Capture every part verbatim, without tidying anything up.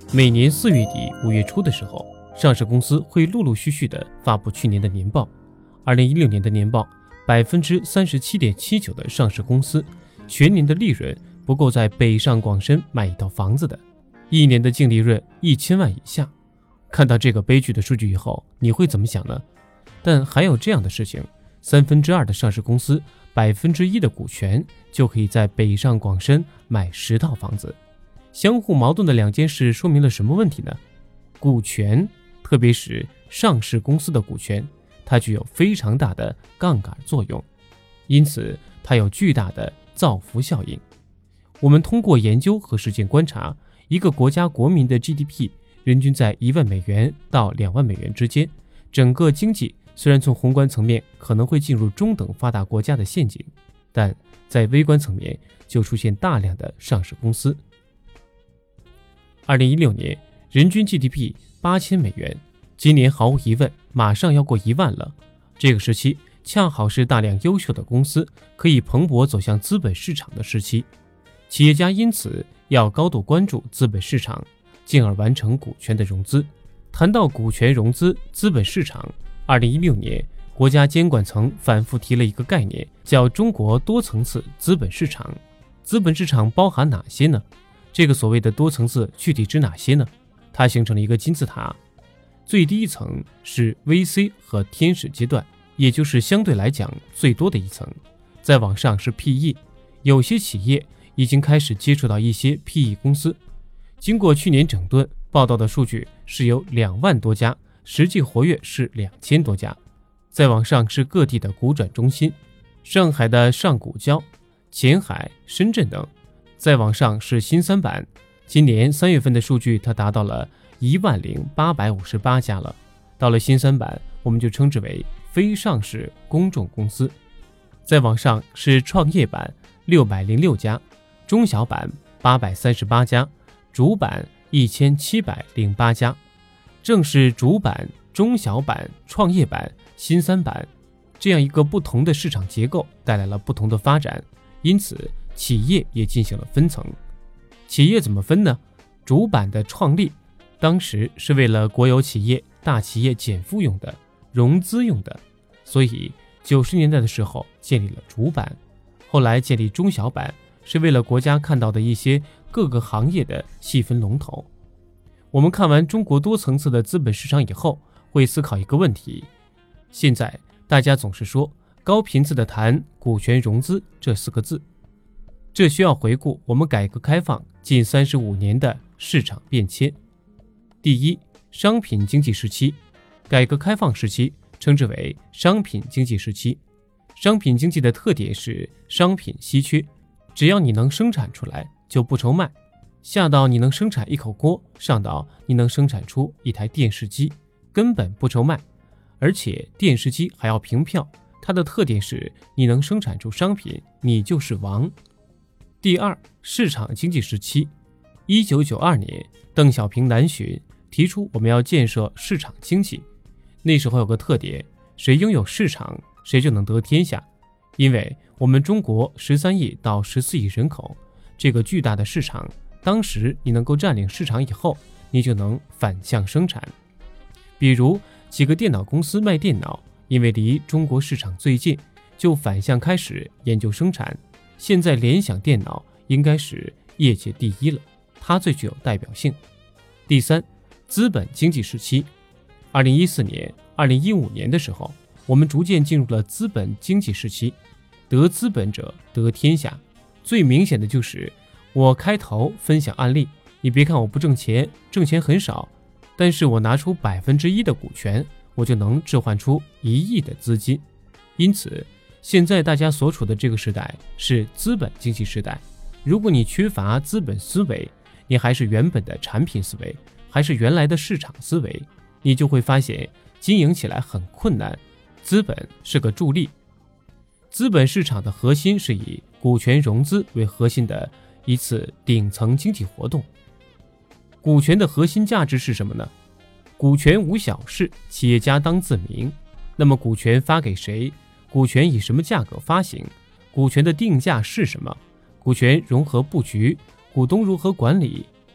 每年四月底五月初的时候，上市公司会陆陆续续的发布去年的年报。二零一六年的年报， 百分之三十七点七九 的上市公司全年的利润不够在北上广深买一套房子的，一年的净利润一千万以下。看到这个悲剧的数据以后，你会怎么想呢？但还有这样的事情，三分之二的上市公司百分之一的股权就可以在北上广深买十套房子。相互矛盾的两件事说明了什么问题呢？股权，特别是上市公司的股权，它具有非常大的杠杆作用，因此它有巨大的造福效应。我们通过研究和实践观察，一个国家国民的 G D P 人均在一万美元到两万美元之间，整个经济虽然从宏观层面可能会进入中等发达国家的陷阱，但在微观层面就出现大量的上市公司。二零一六年人均 G D P 八千美元，今年毫无疑问马上要过一万了。这个时期恰好是大量优秀的公司可以蓬勃走向资本市场的时期，企业家因此要高度关注资本市场，进而完成股权的融资。谈到股权融资、资本市场，二零一六年国家监管层反复提了一个概念，叫中国多层次资本市场。资本市场包含哪些呢？这个所谓的多层次具体指哪些呢？它形成了一个金字塔，最低一层是 V C 和天使阶段，也就是相对来讲最多的一层，再往上是 P E， 有些企业已经开始接触到一些 P E 公司。经过去年整顿，报道的数据是有两万多家，实际活跃是两千多家。再往上是各地的股转中心，上海的上股交、前海、深圳等。再往上是新三板，今年三月份的数据它达到了一万零八百五十八家了。到了新三板，我们就称之为非上市公众公司。再往上是创业板六百零六家，中小板八百三十八家，主板一千七百零八家。正是主板、中小板、创业板、新三板这样一个不同的市场结构带来了不同的发展，因此企业也进行了分层。企业怎么分呢？主板的创立当时是为了国有企业、大企业减负用的，融资用的，所以九十年代的时候建立了主板。后来建立中小板是为了国家看到的一些各个行业的细分龙头。我们看完中国多层次的资本市场以后，会思考一个问题，现在大家总是说高频次的谈股权融资这四个字，这需要回顾我们改革开放近三十五年的市场变迁。第一，商品经济时期，改革开放时期称之为商品经济时期。商品经济的特点是商品稀缺，只要你能生产出来就不愁卖，下到你能生产一口锅，上到你能生产出一台电视机，根本不愁卖。而且电视机还要凭票，它的特点是你能生产出商品，你就是王。第二，市场经济时期，一九九二年邓小平南巡提出我们要建设市场经济。那时候有个特点，谁拥有市场谁就能得天下，因为我们中国十三亿到十四亿人口，这个巨大的市场，当时你能够占领市场以后，你就能反向生产。比如几个电脑公司卖电脑，因为离中国市场最近，就反向开始研究生产。现在联想电脑应该是业界第一了，它最具有代表性。第三，资本经济时期，二零一四年、二零一五年的时候，我们逐渐进入了资本经济时期，得资本者得天下。最明显的就是我开头分享案例，你别看我不挣钱，挣钱很少，但是我拿出百分之一的股权，我就能置换出一亿的资金。因此现在大家所处的这个时代是资本经济时代，如果你缺乏资本思维，你还是原本的产品思维，还是原来的市场思维，你就会发现经营起来很困难。资本是个助力，资本市场的核心是以股权融资为核心的一次顶层经济活动。股权的核心价值是什么呢？股权无小事，企业家当自明。那么股权发给谁？股权以什么价格发行？股权的定价是什么？股权如何布局？股东如何管理？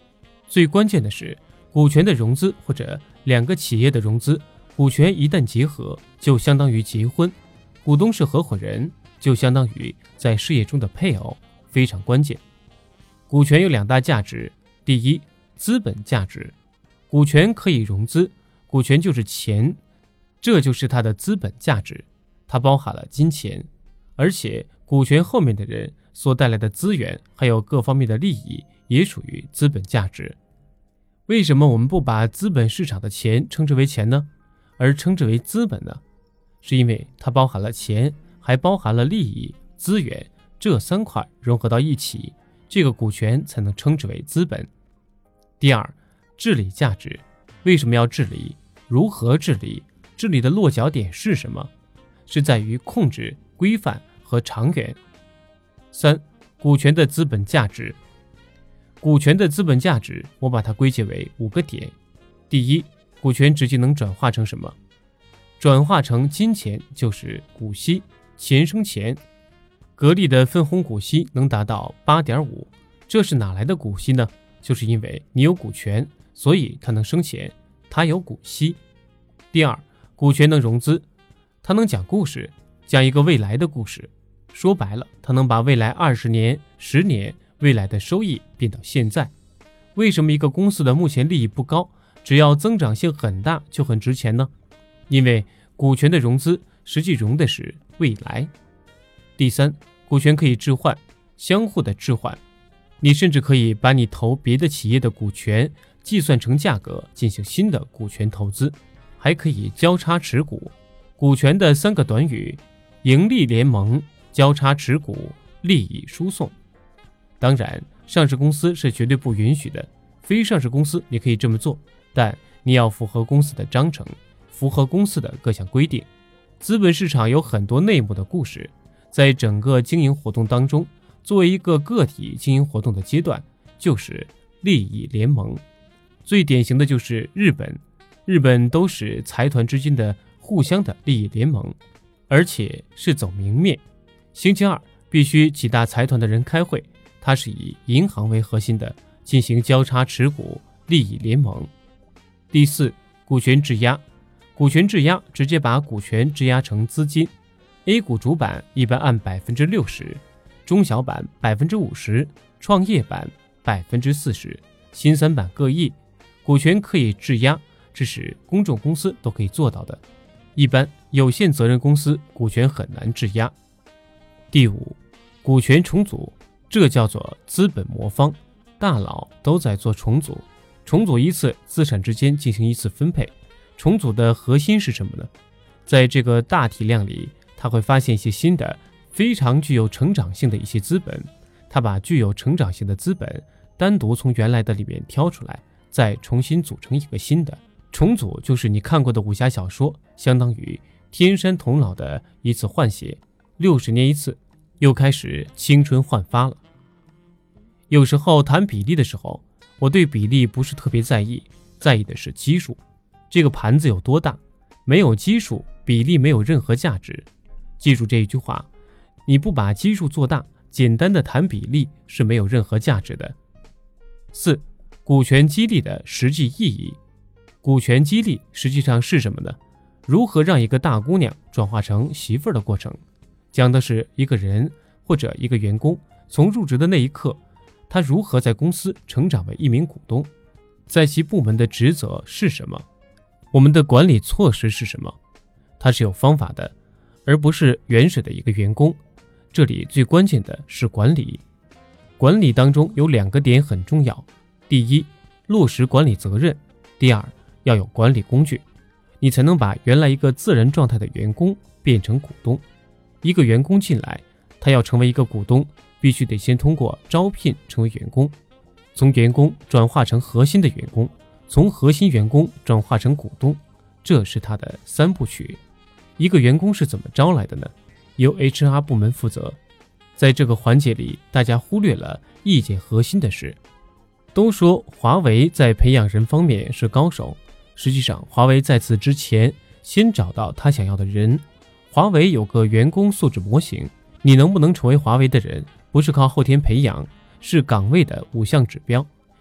最关键的是，股权的融资或者两个企业的融资，股权一旦结合，就相当于结婚，股东是合伙人，就相当于在事业中的配偶，非常关键。股权有两大价值，第一，资本价值，股权可以融资，股权就是钱，这就是它的资本价值，它包含了金钱，而且股权后面的人所带来的资源还有各方面的利益也属于资本价值。为什么我们不把资本市场的钱称之为钱呢，而称之为资本呢？是因为它包含了钱，还包含了利益、资源，这三块融合到一起，这个股权才能称之为资本。第二，治理价值，为什么要治理？如何治理？治理的落脚点是什么？是在于控制、规范和长远。三，股权的资本价值。股权的资本价值，我把它归结为五个点。第一，股权直接能转化成什么？转化成金钱，就是股息，钱生钱。格力的分红股息能达到 八点五， 这是哪来的股息呢？就是因为你有股权，所以它能生钱，它有股息。第二，股权能融资，它能讲故事，讲一个未来的故事。说白了，它能把未来二十年、十年未来的收益变到现在。为什么一个公司的目前利益不高，只要增长性很大就很值钱呢？因为股权的融资实际融的是未来。第三，股权可以置换，相互的置换。你甚至可以把你投别的企业的股权计算成价格进行新的股权投资，还可以交叉持股。股权的三个短语：盈利联盟、交叉持股、利益输送。当然，上市公司是绝对不允许的，非上市公司你可以这么做，但你要符合公司的章程，符合公司的各项规定。资本市场有很多内幕的故事，在整个经营活动当中，作为一个个体经营活动的阶段，就是利益联盟。最典型的就是日本，日本都是财团之间的互相的利益联盟，而且是走明面。星期二必须几大财团的人开会，它是以银行为核心的，进行交叉持股利益联盟。第四，股权质押。股权质押直接把股权质押成资金。A 股主板一般按 百分之六十， 中小板 百分之五十， 创业板 百分之四十， 新三板各异。股权可以质押，这是公众公司都可以做到的，一般有限责任公司股权很难质押。第五，股权重组，这叫做资本魔方，大佬都在做重组，重组一次，资产之间进行一次分配。重组的核心是什么呢？在这个大体量里，他会发现一些新的非常具有成长性的一些资本，他把具有成长性的资本单独从原来的里面挑出来，再重新组成一个新的。重组就是你看过的武侠小说，相当于天山童姥的一次换血，六十年一次，又开始青春焕发了。有时候谈比例的时候，我对比例不是特别在意，在意的是基数。这个盘子有多大？没有基数，比例没有任何价值。记住这一句话，你不把基数做大，简单的谈比例是没有任何价值的。四，股权激励的实际意义。股权激励实际上是什么呢？如何让一个大姑娘转化成媳妇儿的过程，讲的是一个人或者一个员工从入职的那一刻，他如何在公司成长为一名股东，在其部门的职责是什么，我们的管理措施是什么，它是有方法的，而不是原始的一个员工。这里最关键的是管理。管理当中有两个点很重要，第一，落实管理责任，第二，要有管理工具，你才能把原来一个自然状态的员工变成股东。一个员工进来，他要成为一个股东，必须得先通过招聘成为员工，从员工转化成核心的员工，从核心员工转化成股东，这是他的三部曲。一个员工是怎么招来的呢？由 H R 部门负责。在这个环节里，大家忽略了意见核心的事。都说华为在培养人方面是高手，实际上华为在此之前先找到他想要的人。华为有个员工素质模型，你能不能成为华为的人，不是靠后天培养，是岗位的五项指标。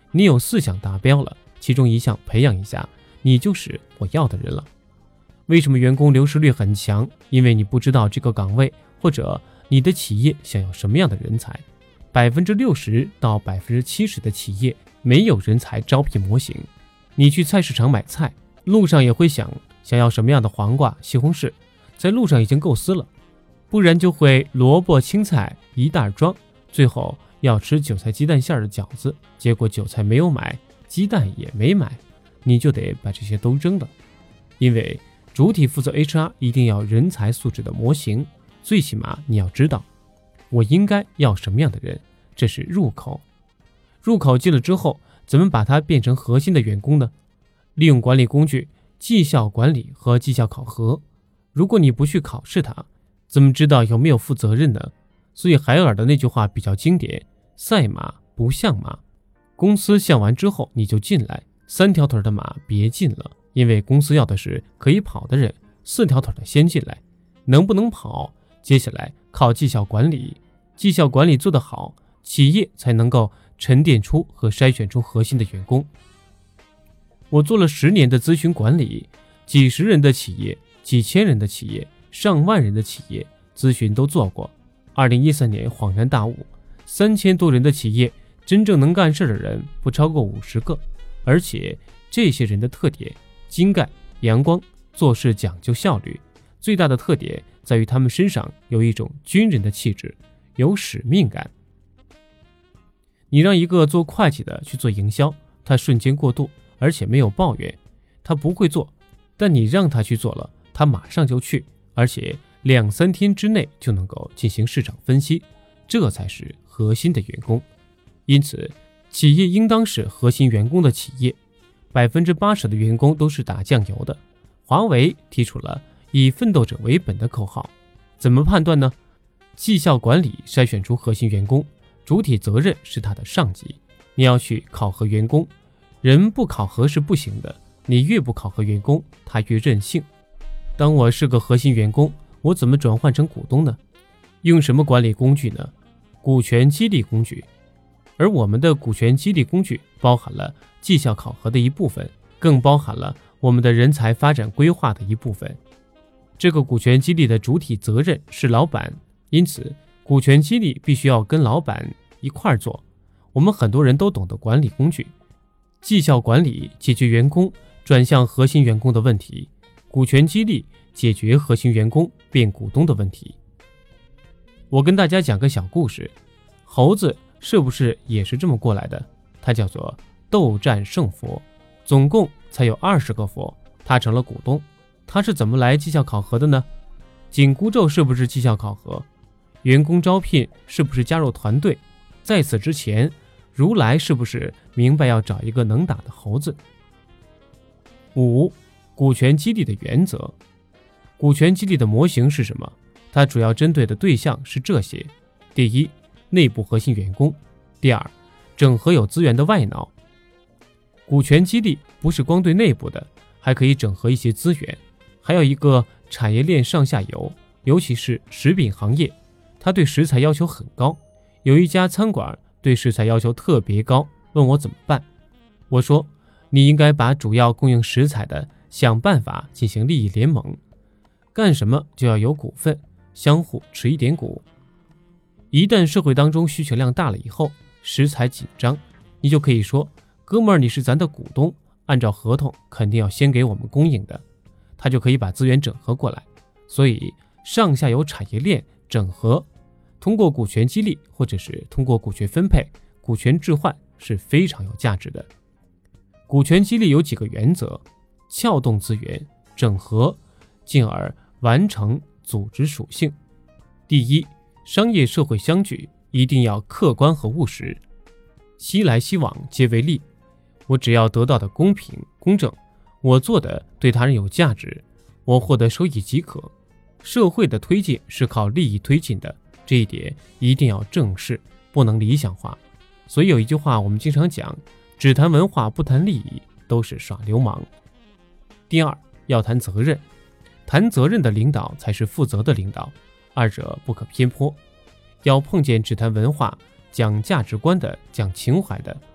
你有四项达标了，其中一项培养一下，你就是我要的人了。为什么员工流失率很强？因为你不知道这个岗位或者你的企业想要什么样的人才。百分之六十到百分之七十的企业没有人才招聘模型。你去菜市场买菜，路上也会想想要什么样的黄瓜、西红柿，在路上已经构思了，不然就会萝卜、青菜一袋装，最后要吃韭菜鸡蛋馅的饺子，结果韭菜没有买，鸡蛋也没买，你就得把这些都扔了。因为主体负责 H R 一定要人才素质的模型，最起码你要知道我应该要什么样的人，这是入口。入口进了之后，怎么把它变成核心的员工呢？利用管理工具绩效管理和绩效考核。如果你不去考试它，怎么知道有没有负责任呢？所以海尔的那句话比较经典，赛马不像马，公司像完之后你就进来，三条腿的马别进了，因为公司要的是可以跑的人，四条腿的先进来，能不能跑，接下来靠绩效管理，绩效管理做得好，企业才能够沉淀出和筛选出核心的员工。我做了十年的咨询管理，几十人的企业，几千人的企业，上万人的企业咨询都做过。二零一三年恍然大悟，三千多人的企业，真正能干事的人不超过五十个，而且这些人的特点精干、阳光，做事讲究效率，最大的特点在于他们身上有一种军人的气质，有使命感。你让一个做会计的去做营销，他瞬间过渡，而且没有抱怨，他不会做，但你让他去做了，他马上就去，而且两三天之内就能够进行市场分析，这才是核心的员工。因此，企业应当是核心员工的企业。百分之八十的员工都是打酱油的。华为提出了以奋斗者为本的口号，怎么判断呢？绩效管理筛选出核心员工，主体责任是他的上级，你要去考核员工，人不考核是不行的，你越不考核员工，他越任性。当我是个核心员工，我怎么转换成股东呢？用什么管理工具呢？股权激励工具。而我们的股权激励工具包含了绩效考核的一部分，更包含了我们的人才发展规划的一部分。这个股权激励的主体责任是老板，因此股权激励必须要跟老板一块做。我们很多人都懂得管理工具，绩效管理解决员工转向核心员工的问题，股权激励解决核心员工变股东的问题。我跟大家讲个小故事，猴子是不是也是这么过来的？它叫做斗战胜佛，总共才有二十个佛，他成了股东。他是怎么来绩效考核的呢？紧箍咒是不是绩效考核？员工招聘是不是加入团队？在此之前，如来是不是明白要找一个能打的猴子？五、股权激励的原则。股权激励的模型是什么？它主要针对的对象是这些：第一，内部核心员工；第二，整合有资源的外脑。股权激励不是光对内部的，还可以整合一些资源。还有一个产业链上下游，尤其是食品行业，它对食材要求很高。有一家餐馆对食材要求特别高，问我怎么办。我说，你应该把主要供应食材的想办法进行利益联盟，干什么就要有股份，相互持一点股。一旦社会当中需求量大了以后，食材紧张，你就可以说，哥们儿，你是咱的股东，按照合同肯定要先给我们供应的，他就可以把资源整合过来。所以上下游产业链整合，通过股权激励或者是通过股权分配、股权置换是非常有价值的。股权激励有几个原则：撬动资源、整合，进而完成组织属性。第一，商业社会相聚一定要客观和务实，熙来熙往皆为利。我只要得到的公平公正，我做的对他人有价值，我获得收益即可。社会的推进是靠利益推进的，这一点一定要正视，不能理想化。所以有一句话我们经常讲，只谈文化不谈利益，都是耍流氓。第二，要谈责任，谈责任的领导才是负责的领导，二者不可偏颇。要碰见只谈文化、讲价值观的、讲情怀的，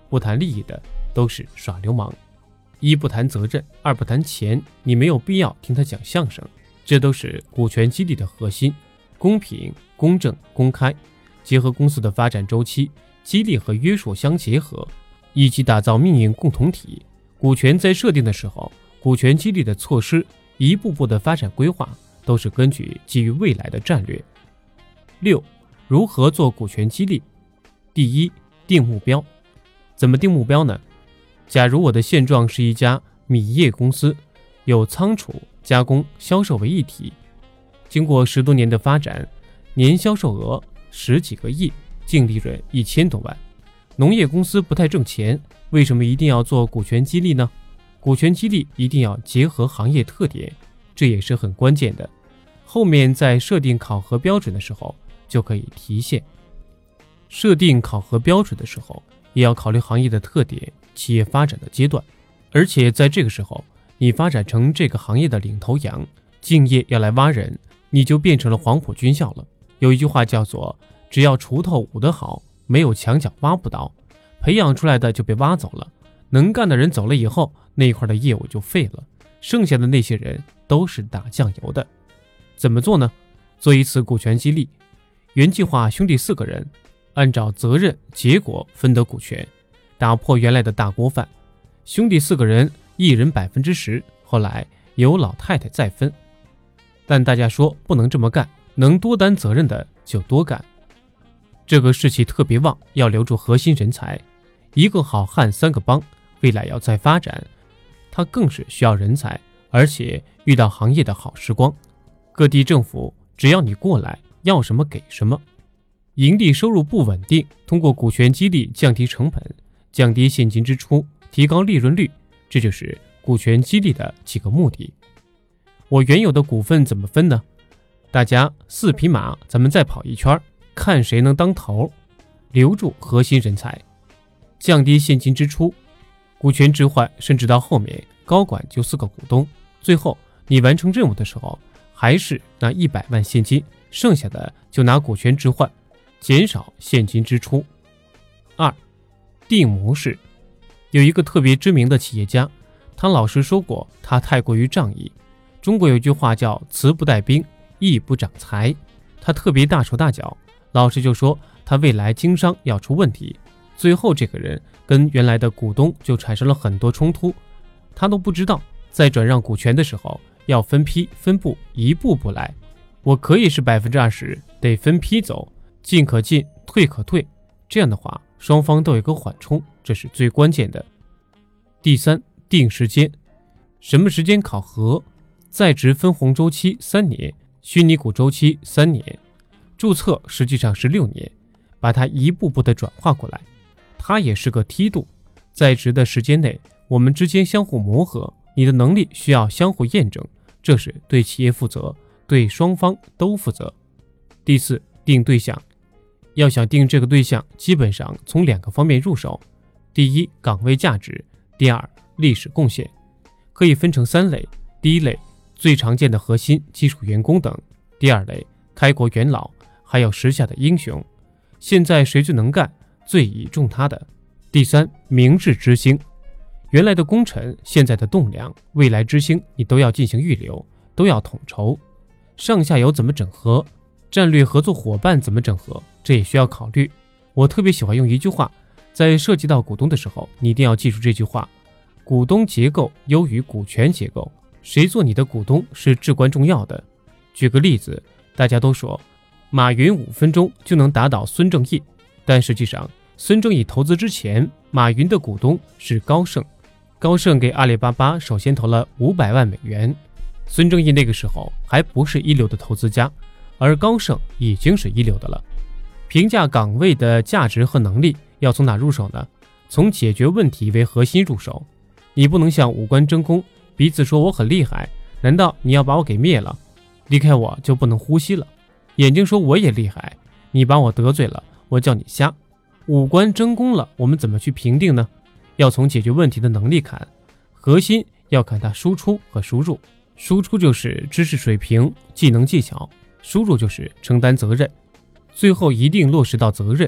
不谈利益的都是耍流氓。一不谈责任，二不谈钱，你没有必要听他讲相声。这都是股权激励的核心：公平、公正、公开，结合公司的发展周期，激励和约束相结合，一起打造命运共同体。股权在设定的时候，股权激励的措施，一步步的发展规划，都是根据基于未来的战略。六，如何做股权激励？第一，定目标。怎么定目标呢？假如我的现状是一家米业公司，有仓储、加工、销售为一体，经过十多年的发展，年销售额十几个亿，净利润一千多万。农业公司不太挣钱，为什么一定要做股权激励呢？股权激励一定要结合行业特点，这也是很关键的。后面在设定考核标准的时候就可以体现。设定考核标准的时候，也要考虑行业的特点、企业发展的阶段，而且在这个时候，你发展成这个行业的领头羊，敬业要来挖人，你就变成了黄埔军校了。有一句话叫做，只要锄头舞得好，没有墙角挖不倒，培养出来的就被挖走了，能干的人走了以后，那一块的业务就废了，剩下的那些人都是打酱油的。怎么做呢？做一次股权激励。原计划兄弟四个人按照责任结果分得股权，打破原来的大锅饭。兄弟四个人一人百分之十，后来由老太太再分。但大家说不能这么干，能多担责任的就多干。这个士气特别旺，要留住核心人才。一个好汉三个帮，未来要再发展，它更是需要人才，而且遇到行业的好时光。各地政府只要你过来，要什么给什么。盈利收入不稳定，通过股权激励降低成本，降低现金支出，提高利润率，这就是股权激励的几个目的。我原有的股份怎么分呢？大家四匹马，咱们再跑一圈，看谁能当头，留住核心人才，降低现金支出。股权置换甚至到后面高管就四个股东，最后你完成任务的时候还是拿一百万现金，剩下的就拿股权置换，减少现金支出。二，定模式。有一个特别知名的企业家，他老师说过他太过于仗义。中国有句话叫慈不带兵，义不长财。他特别大手大脚，老师就说他未来经商要出问题。最后这个人跟原来的股东就产生了很多冲突，他都不知道在转让股权的时候要分批分步一步步来。我可以是 百分之二十， 得分批走，进可进，退可退，这样的话双方都有一个缓冲，这是最关键的。第三，定时间。什么时间考核？在职分红周期三年，虚拟股周期三年，注册实际上是六年，把它一步步的转化过来。它也是个梯度，在职的时间内，我们之间相互磨合，你的能力需要相互验证，这是对企业负责，对双方都负责。第四，定对象。要想定这个对象，基本上从两个方面入手。第一，岗位价值；第二，历史贡献。可以分成三类。第一类，最常见的核心基础员工等；第二类，开国元老，还有时下的英雄。现在谁最能干，最倚重他的。第三，明日之星。原来的功臣，现在的栋梁，未来之星，你都要进行预留，都要统筹。上下游怎么整合，战略合作伙伴怎么整合，这也需要考虑。我特别喜欢用一句话，在涉及到股东的时候，你一定要记住这句话：股东结构优于股权结构，谁做你的股东是至关重要的。举个例子，大家都说马云五分钟就能打倒孙正义，但实际上孙正义投资之前，马云的股东是高盛，高盛给阿里巴巴首先投了五百万美元。孙正义那个时候还不是一流的投资家，而高盛已经是一流的了。评价岗位的价值和能力要从哪入手呢？从解决问题为核心入手。你不能像五官争功，彼此说我很厉害，难道你要把我给灭了？离开我就不能呼吸了。眼睛说我也厉害，你把我得罪了，我叫你瞎。五官争功了，我们怎么去评定呢？要从解决问题的能力看，核心要看它输出和输入。输出就是知识水平、技能技巧，输入就是承担责任，最后一定落实到责任。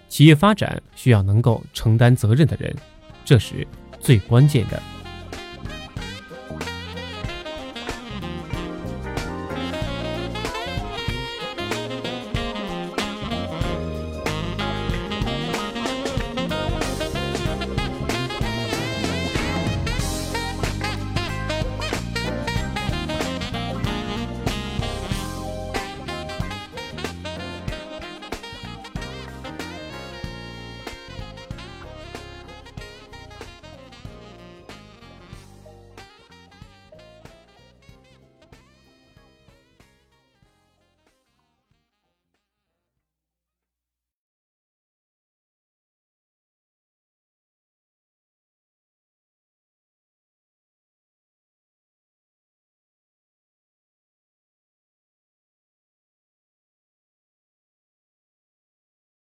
企业发展需要能够承担责任的人，这是最关键的。